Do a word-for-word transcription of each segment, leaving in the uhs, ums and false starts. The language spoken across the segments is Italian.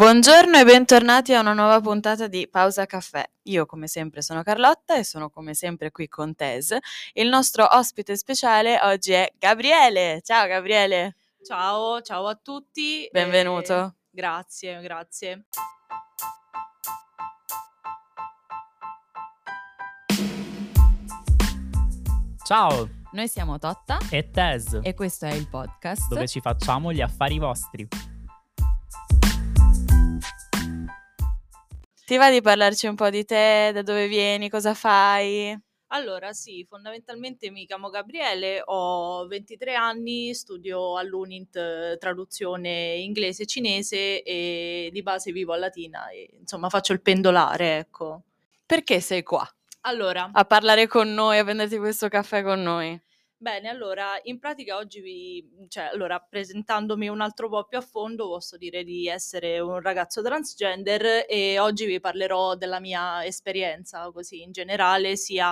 Buongiorno e bentornati a una nuova puntata di Pausa Caffè. Io come sempre sono Carlotta e sono come sempre qui con Tess. Il nostro ospite speciale oggi è Gabriele. Ciao Gabriele. Ciao, ciao a tutti. Benvenuto. e Grazie, grazie. Ciao Noi siamo Totta e Tess, e questo è il podcast dove ci facciamo gli affari vostri. Ti va di parlarci un po' di te, da dove vieni, cosa fai? Allora, sì, fondamentalmente mi chiamo Gabriele, ho ventitré anni, studio all'Unint eh, traduzione inglese-cinese e di base vivo a Latina e insomma faccio il pendolare, ecco. Perché sei qua Allora, a parlare con noi, a prenderti questo caffè con noi? Bene, allora, in pratica oggi vi cioè, allora, presentandomi un altro po' più a fondo, posso dire di essere un ragazzo transgender e oggi vi parlerò della mia esperienza, così in generale, sia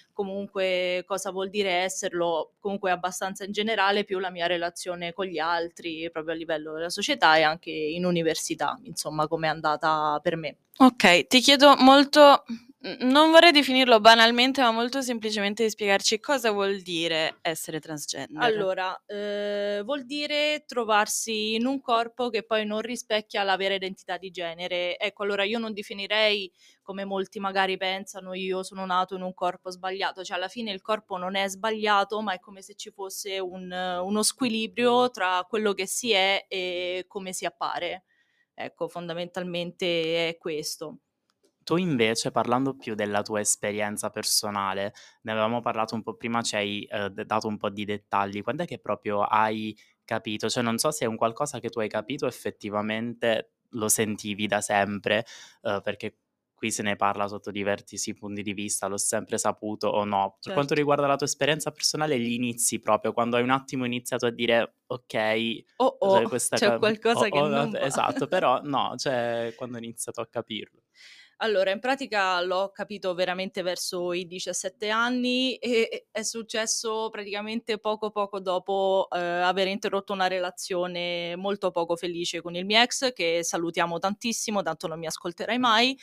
comunque cosa vuol dire esserlo, comunque abbastanza in generale, più la mia relazione con gli altri, proprio a livello della società e anche in università, insomma, com'è andata per me. Ok, ti chiedo molto, n- non vorrei definirlo banalmente, ma molto semplicemente di spiegarci cosa vuol dire essere transgender. Allora, ehm, vuol dire trovarsi in un corpo che poi non rispecchia la vera identità di genere. Ecco, allora io non definirei, come molti magari pensano, io sono nato in un corpo sbagliato, cioè alla fine il corpo non è sbagliato, ma è come se ci fosse un uno squilibrio tra quello che si è e come si appare. Ecco, fondamentalmente è questo. Tu invece, parlando più della tua esperienza personale, ne avevamo parlato un po' prima, ci hai eh, d- dato un po' di dettagli. Quando è che proprio hai capito? Cioè, non so se è un qualcosa che tu hai capito effettivamente, lo sentivi da sempre, eh, perché qui se ne parla sotto diversi punti di vista, l'ho sempre saputo o no. Per quanto Certo. riguarda la tua esperienza personale, gli inizi proprio, quando hai un attimo iniziato a dire, ok, Oh, cioè, oh, questa c'è ca- qualcosa ho- che ho non dato- va. esatto, però no, cioè, quando ho iniziato a capirlo. Allora, in pratica l'ho capito veramente verso i diciassette anni e e è successo praticamente poco, poco dopo, ehm, aver interrotto una relazione molto poco felice con il mio ex, che salutiamo tantissimo, tanto non mi ascolterai mai,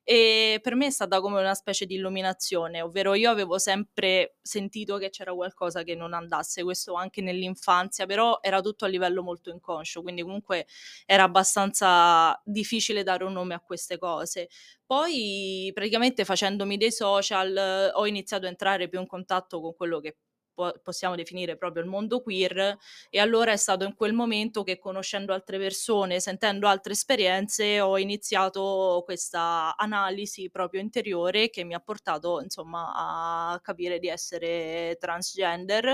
e per me è stata come una specie di illuminazione, ovvero io avevo sempre sentito che c'era qualcosa che non andasse, questo anche nell'infanzia, però era tutto a livello molto inconscio, quindi comunque era abbastanza difficile dare un nome a queste cose. Poi praticamente facendomi dei social eh, ho iniziato a entrare più in contatto con quello che po possiamo definire proprio il mondo queer e allora è stato in quel momento che conoscendo altre persone, sentendo altre esperienze, ho iniziato questa analisi proprio interiore che mi ha portato insomma a capire di essere transgender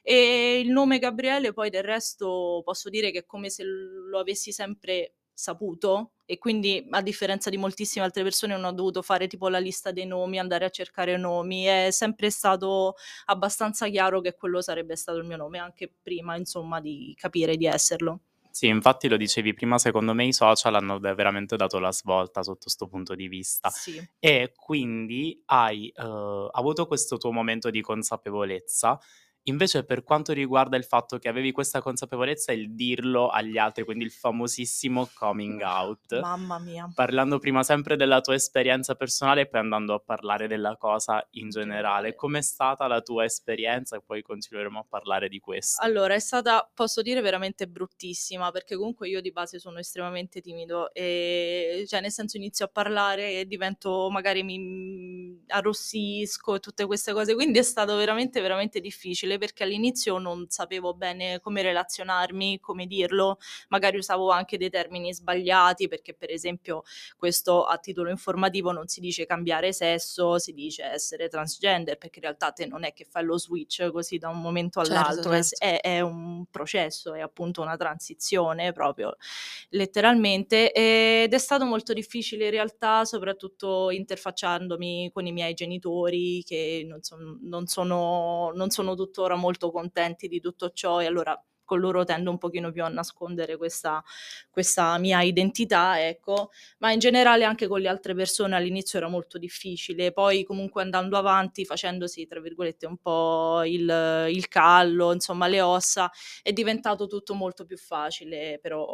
e il nome Gabriele poi del resto posso dire che è come se lo avessi sempre saputo e quindi a differenza di moltissime altre persone non ho dovuto fare tipo la lista dei nomi, andare a cercare nomi, è sempre stato abbastanza chiaro che quello sarebbe stato il mio nome, anche prima insomma di capire di esserlo. Sì, infatti lo dicevi prima, secondo me i social hanno da veramente dato la svolta sotto 'sto punto di vista. Sì. E quindi hai, uhm, avuto questo tuo momento di consapevolezza. Invece per quanto riguarda il fatto che avevi questa consapevolezza e il dirlo agli altri, quindi il famosissimo coming out, Mamma mia. parlando prima sempre della tua esperienza personale e poi andando a parlare della cosa in In generale, generale. com'è stata la tua esperienza? E poi continueremo a parlare di questo. Allora, è stata, posso dire, veramente bruttissima, perché comunque io di base sono estremamente timido e cioè nel senso inizio a parlare e divento magari mi mhmm, arrossisco e tutte queste cose, quindi è stato veramente, veramente difficile perché all'inizio non sapevo bene come relazionarmi, come dirlo, magari usavo anche dei termini sbagliati perché per esempio questo a titolo informativo non si dice cambiare sesso, si dice essere transgender, perché in realtà te non è che fai lo switch così da un momento Certo, all'altro, è, s- certo. è- è un processo, è appunto una transizione proprio letteralmente ed è stato molto difficile in realtà, soprattutto interfacciandomi con i miei genitori che non, son- non sono, non sono tuttora molto contenti di tutto ciò e allora con loro tendo un pochino più a nascondere questa questa mia identità, ecco, ma in generale anche con le altre persone all'inizio era molto difficile, poi comunque andando avanti, facendosi tra virgolette un po' il il callo, insomma le ossa, è diventato tutto molto più facile, però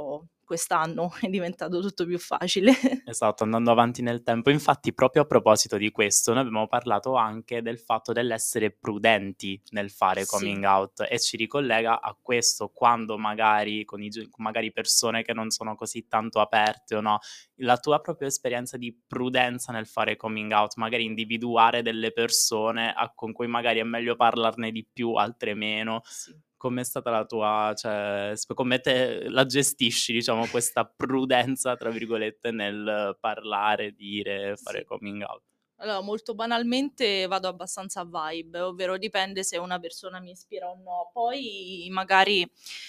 quest'anno è diventato tutto più facile. Esatto, andando avanti nel tempo. Infatti, proprio a proposito di questo, noi abbiamo parlato anche del fatto dell'essere prudenti nel fare Sì. coming out e ci ricollega a questo, quando magari con i ge magari persone che non sono così tanto aperte o no, la tua propria esperienza di prudenza nel fare coming out, magari individuare delle persone a con cui magari è meglio parlarne di più, altre meno. Sì. Com'è stata la tua cioè, sp come te la gestisci, diciamo, questa "prudenza" tra virgolette nel parlare, dire, fare Sì. coming out? Allora, molto banalmente vado abbastanza a vibe, ovvero dipende se una persona mi ispira o no. Poi magari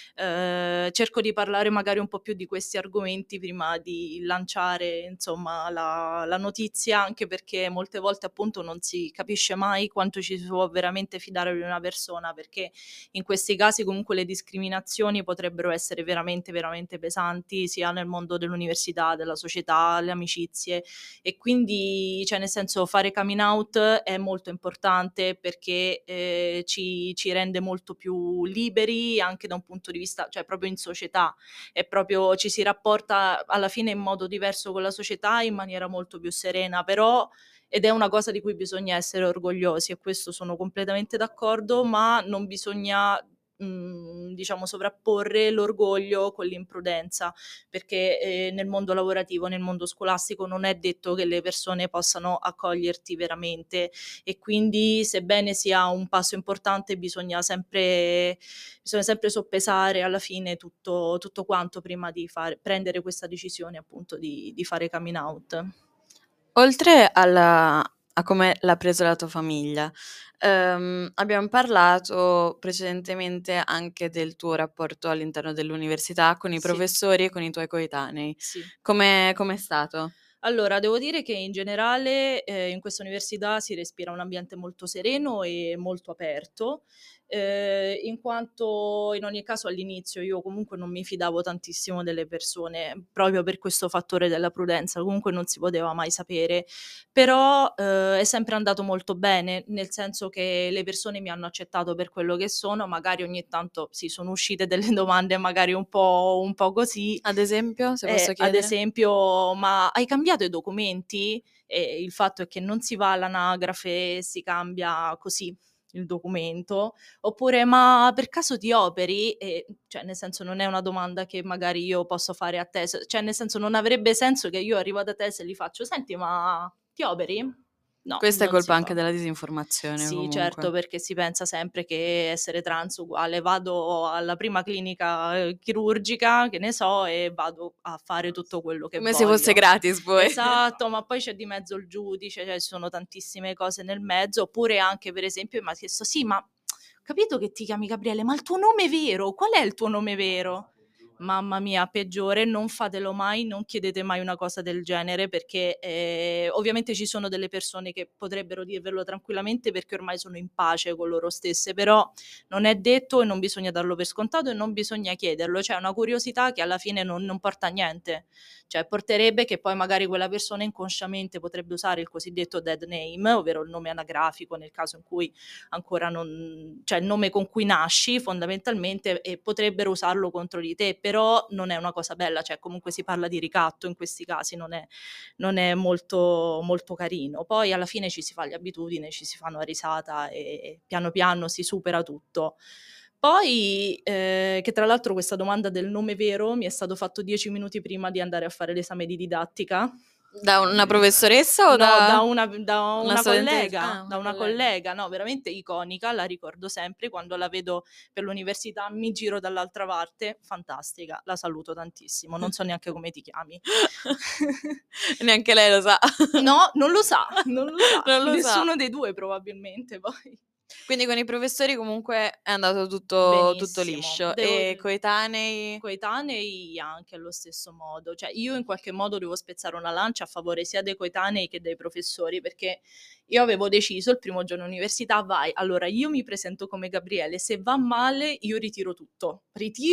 eh, cerco di parlare magari un po' più di questi argomenti prima di lanciare, insomma, la, la notizia, anche perché molte volte appunto non si capisce mai quanto ci si può veramente fidare di una persona, perché in questi casi comunque le discriminazioni potrebbero essere veramente, veramente pesanti, sia nel mondo dell'università, della società, le amicizie, e quindi, cioè nel senso, fare coming out è molto importante perché eh, ci, ci rende molto più liberi anche da un punto di vista, cioè proprio in società, è proprio ci si rapporta alla fine in modo diverso con la società, in maniera molto più serena, però ed è una cosa di cui bisogna essere orgogliosi, e questo sono completamente d'accordo, ma non bisogna mh, diciamo sovrapporre l'orgoglio con l'imprudenza, perché eh, nel mondo lavorativo, nel mondo scolastico non è detto che le persone possano accoglierti veramente, e quindi sebbene sia un passo importante bisogna sempre, bisogna sempre soppesare alla fine tutto, tutto quanto prima di fare, prendere questa decisione appunto di, di fare coming out. Oltre alla a come l'ha preso la tua famiglia, ehm, abbiam parlato precedentemente anche del tuo rapporto all'interno dell'università con i Sì, professori e con i tuoi coetanei. sì. Come com'è stato? Allora, devo dire che in generale, ehm, in questa università si respira un ambiente molto sereno e molto aperto, ehm, in quanto in ogni caso all'inizio io comunque non mi fidavo tantissimo delle persone, proprio per questo fattore della prudenza, comunque non si poteva mai sapere. Però, ehm, è sempre andato molto bene, nel senso che le persone mi hanno accettato per quello che sono, magari ogni tanto sì, sono uscite delle domande magari un po' un po' così. Ad esempio, se Eh, posso ad chiedere? esempio: "Ma hai cambiato i documenti?" E il fatto è che non si va all'anagrafe e si cambia così il documento, oppure: "Ma per caso ti operi?" E cioè nel senso non è una domanda che magari io posso fare a te, s cioè nel senso non avrebbe senso che io arrivo da te e gli faccio: "Senti, ma ti operi?" No, Questa è non colpa si anche fa. della disinformazione Sì, certo, comunque. perché si pensa sempre che essere trans uguale vado alla prima clinica, ehm, chirurgica, che ne so, e vado a fare tutto quello che Come se fosse voglio. gratis poi. Esatto, ma poi c'è di mezzo il giudice, cioè ci sono tantissime cose nel mezzo, oppure anche per esempio m'ha chiesto: "Sì, ma ho capito che ti chiami Gabriele, ma il tuo nome vero, qual è il tuo nome vero?" Mamma mia, peggiore, non fatelo mai, non chiedete mai una cosa del genere, perché ehm, ovviamente ci sono delle persone che potrebbero dirvelo tranquillamente perché ormai sono in pace con loro stesse, però non è detto e non bisogna darlo per scontato e non bisogna chiederlo, cioè è una curiosità che alla fine non non porta a niente. Cioè porterebbe che poi magari quella persona inconsciamente potrebbe usare il cosiddetto dead name, ovvero il nome anagrafico nel caso in cui ancora non, cioè il nome con cui nasci fondamentalmente, e potrebbero usarlo contro di te, però non è una cosa bella, cioè comunque si parla di ricatto in questi casi, non è, non è molto, molto carino. Poi alla fine ci si fa le abitudini, ci si fa una risata e piano piano si supera tutto. Poi, eh, che tra l'altro questa domanda del nome vero mi è stato fatto dieci minuti prima di andare a fare l'esame di didattica. Da una professoressa o No, da da una da una una studentessa? collega, Ah, da una una collega. collega, no, veramente iconica, la ricordo sempre quando la vedo per l'università, mi giro dall'altra parte, fantastica, la saluto tantissimo, non so neanche come ti chiami. Neanche lei lo sa. No, non lo sa, non lo sa, Non lo sa. nessuno dei due probabilmente poi. Quindi con i professori comunque è andato tutto tutto Benissimo, liscio. devo E coetanei? coetanei anche allo stesso modo, cioè io in qualche modo devo spezzare una lancia a favore sia dei coetanei che dei professori, perché io avevo deciso il primo giorno università: vai, allora io mi presento come Gabriele, se va male io ritiro tutto, ritiro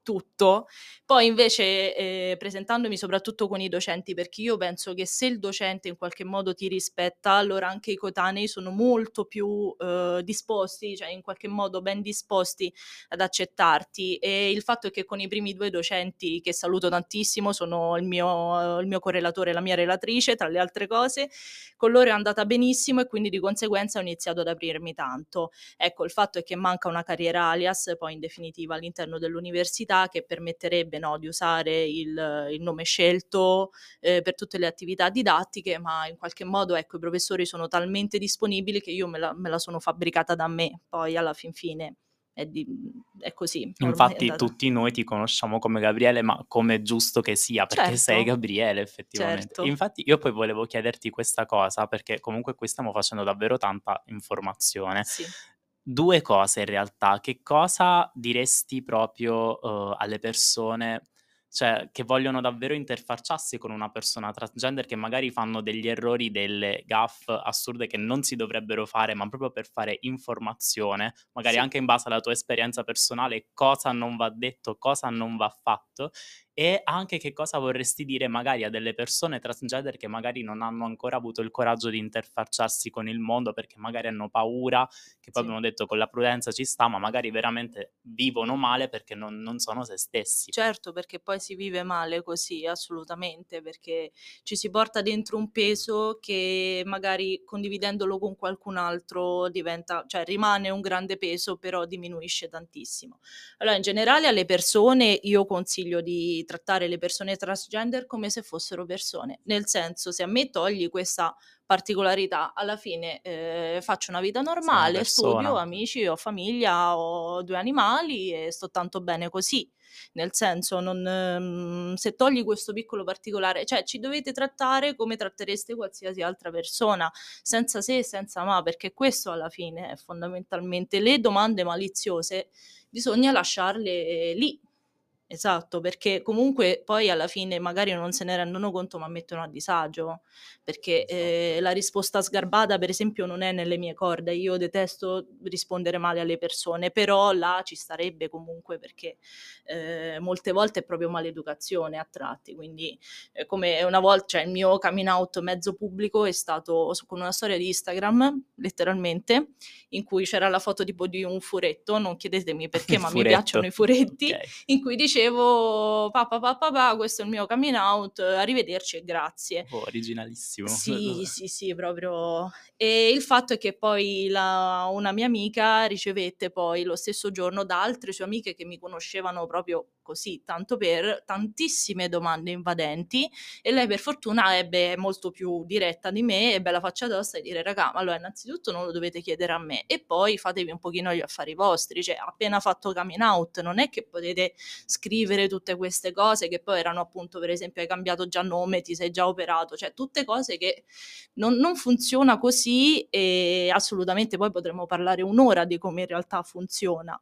tutto. Poi invece eh, presentandomi soprattutto con i docenti, perché io penso che se il docente in qualche modo ti rispetta, allora anche i coetanei sono molto più eh, disposti, cioè in qualche modo ben disposti ad accettarti. E il fatto è che con i primi due docenti, che saluto tantissimo, sono il mio, il mio correlatore, la mia relatrice, tra le altre cose, con loro è andata benissimo e quindi di conseguenza ho iniziato ad aprirmi tanto. Ecco, il fatto è che manca una carriera alias poi in definitiva all'interno dell'università, che permetterebbe, no, di usare il, il nome scelto eh, per tutte le attività didattiche, ma in qualche modo, ecco, i professori sono talmente disponibili che io me la, me la sono fabbricata da me, poi alla fin fine è, di, è così, ormai è Infatti andata. tutti noi ti conosciamo come Gabriele, ma come è giusto che sia, perché sei Certo, Gabriele effettivamente. certo. Infatti io poi volevo chiederti questa cosa, perché comunque qui stiamo facendo davvero tanta informazione. Sì. Due cose in realtà, che cosa diresti proprio, uhm, alle persone, cioè che vogliono davvero interfacciarsi con una persona transgender, che magari fanno degli errori, delle gaffe assurde che non si dovrebbero fare, ma proprio per fare informazione, magari Sì. anche in base alla tua esperienza personale, cosa non va detto, cosa non va fatto, e anche che cosa vorresti dire magari a delle persone transgender che magari non hanno ancora avuto il coraggio di interfacciarsi con il mondo perché magari hanno paura, che poi Sì. abbiamo detto con la prudenza ci sta, ma magari veramente vivono male perché non non sono se stessi. Certo, perché poi si vive male così, assolutamente, perché ci si porta dentro un peso che magari condividendolo con qualcun altro diventa, cioè rimane un grande peso, però diminuisce tantissimo. Allora, in generale alle persone io consiglio di trattare le persone transgender come se fossero persone, nel senso, se a me togli questa particolarità, alla fine eh, faccio una vita Sei una normale, studio, persona. amici, ho famiglia, ho due animali e sto tanto bene così. Nel senso, non, mhmm, se togli questo piccolo particolare, cioè ci dovete trattare come trattereste qualsiasi altra persona, senza se e senza ma, perché questo alla fine è fondamentalmente le domande maliziose bisogna lasciarle lì. Esatto, perché comunque poi alla fine magari non se ne rendono conto, ma mettono a disagio, perché, Esatto. ehm, la risposta sgarbata per esempio non è nelle mie corde. Io detesto rispondere male alle persone, però là ci starebbe comunque perché, ehm, molte volte è proprio maleducazione a tratti, quindi, ehm, come una vol cioè il mio coming out mezzo pubblico è stato su con una storia di Instagram, letteralmente, in cui c'era la foto tipo di un furetto, non chiedetemi perché, Il ma mi piacciono furetto. i furetti, Okay. in cui dicevo: "Pa, pa, pa, pa, pa, questo è il mio coming out, arrivederci e grazie". Oh, originalissimo. Sì, sì, sì, proprio. E il fatto è che poi la una mia amica ricevette poi lo stesso giorno da altre sue amiche che mi conoscevano proprio così, tanto per, tantissime domande invadenti e lei per fortuna ebbe è molto più diretta di me, ebbe la faccia tosta di dire: "Raga, allora innanzitutto non lo dovete chiedere a me e poi fatevi un pochino gli affari vostri, cioè appena fatto coming out non è che potete scrivere tutte queste cose che poi erano appunto per esempio hai cambiato già nome, ti sei già operato, cioè tutte cose che non non funziona così e assolutamente poi potremmo parlare un'ora di come in realtà funziona.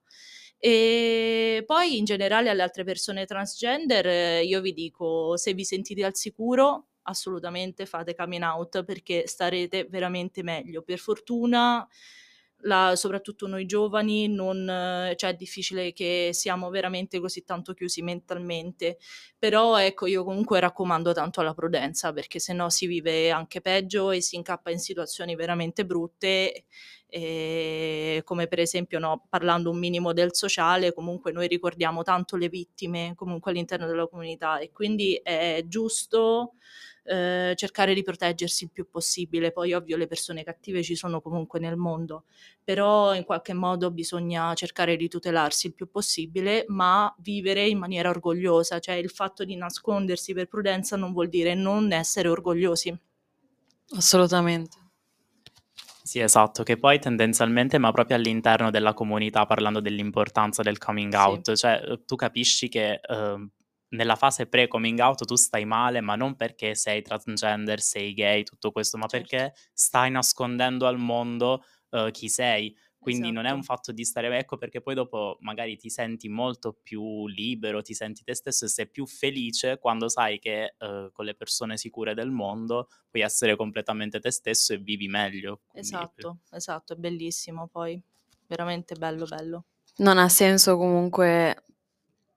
E poi in generale alle altre persone transgender eh, io vi dico: se vi sentite al sicuro, assolutamente fate coming out perché starete veramente meglio. Per fortuna la soprattutto noi giovani non eh, cioè è difficile che siamo veramente così tanto chiusi mentalmente, però ecco io comunque raccomando tanto alla prudenza perché se no si vive anche peggio e si incappa in situazioni veramente brutte, ehm, come per esempio, no, parlando un minimo del sociale, comunque noi ricordiamo tanto le vittime comunque all'interno della comunità e quindi è giusto, ehm, cercare di proteggersi il più possibile. Poi ovvio le persone cattive ci sono comunque nel mondo, però in qualche modo bisogna cercare di tutelarsi il più possibile, ma vivere in maniera orgogliosa, cioè il fatto di nascondersi per prudenza non vuol dire non essere orgogliosi. Assolutamente. Sì, esatto, che poi tendenzialmente, ma proprio all'interno della comunità, parlando dell'importanza del coming Sì, out, cioè, uhm, tu capisci che, uhm, nella fase pre-coming out tu stai male, ma non perché sei transgender, sei gay, tutto questo, ma certo, perché stai nascondendo al mondo, uhm, chi sei. Quindi non è un esatto. fatto di stare ecco perché poi dopo magari ti senti molto più libero, ti senti te stesso e sei più felice quando sai che, uhm, con le persone sicure del mondo puoi essere completamente te stesso e vivi meglio. Quindi eh, Esatto, esatto, è bellissimo poi. Veramente bello, bello. Non ha senso comunque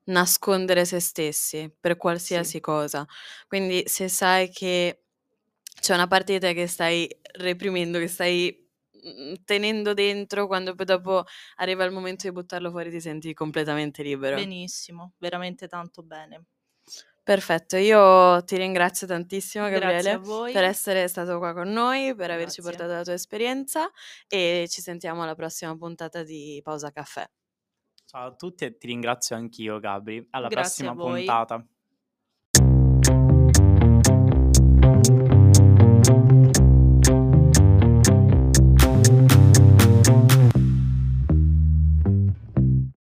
nascondere se stessi per Sì. qualsiasi cosa. Quindi se sai che c'è una parte di te che stai reprimendo, che stai, mhmm, tenendo dentro, quando poi dopo arriva il momento di buttarlo fuori ti senti completamente libero. Benissimo, veramente tanto bene. Perfetto, io ti ringrazio tantissimo Grazie a Gabriele per voi. essere stato qua con noi, per averci Grazie. portato la tua esperienza e ci sentiamo alla prossima puntata di Pausa Caffè. Ciao a tutti e ti ringrazio anch'io Gabri. Alla Grazie a prossima voi. puntata.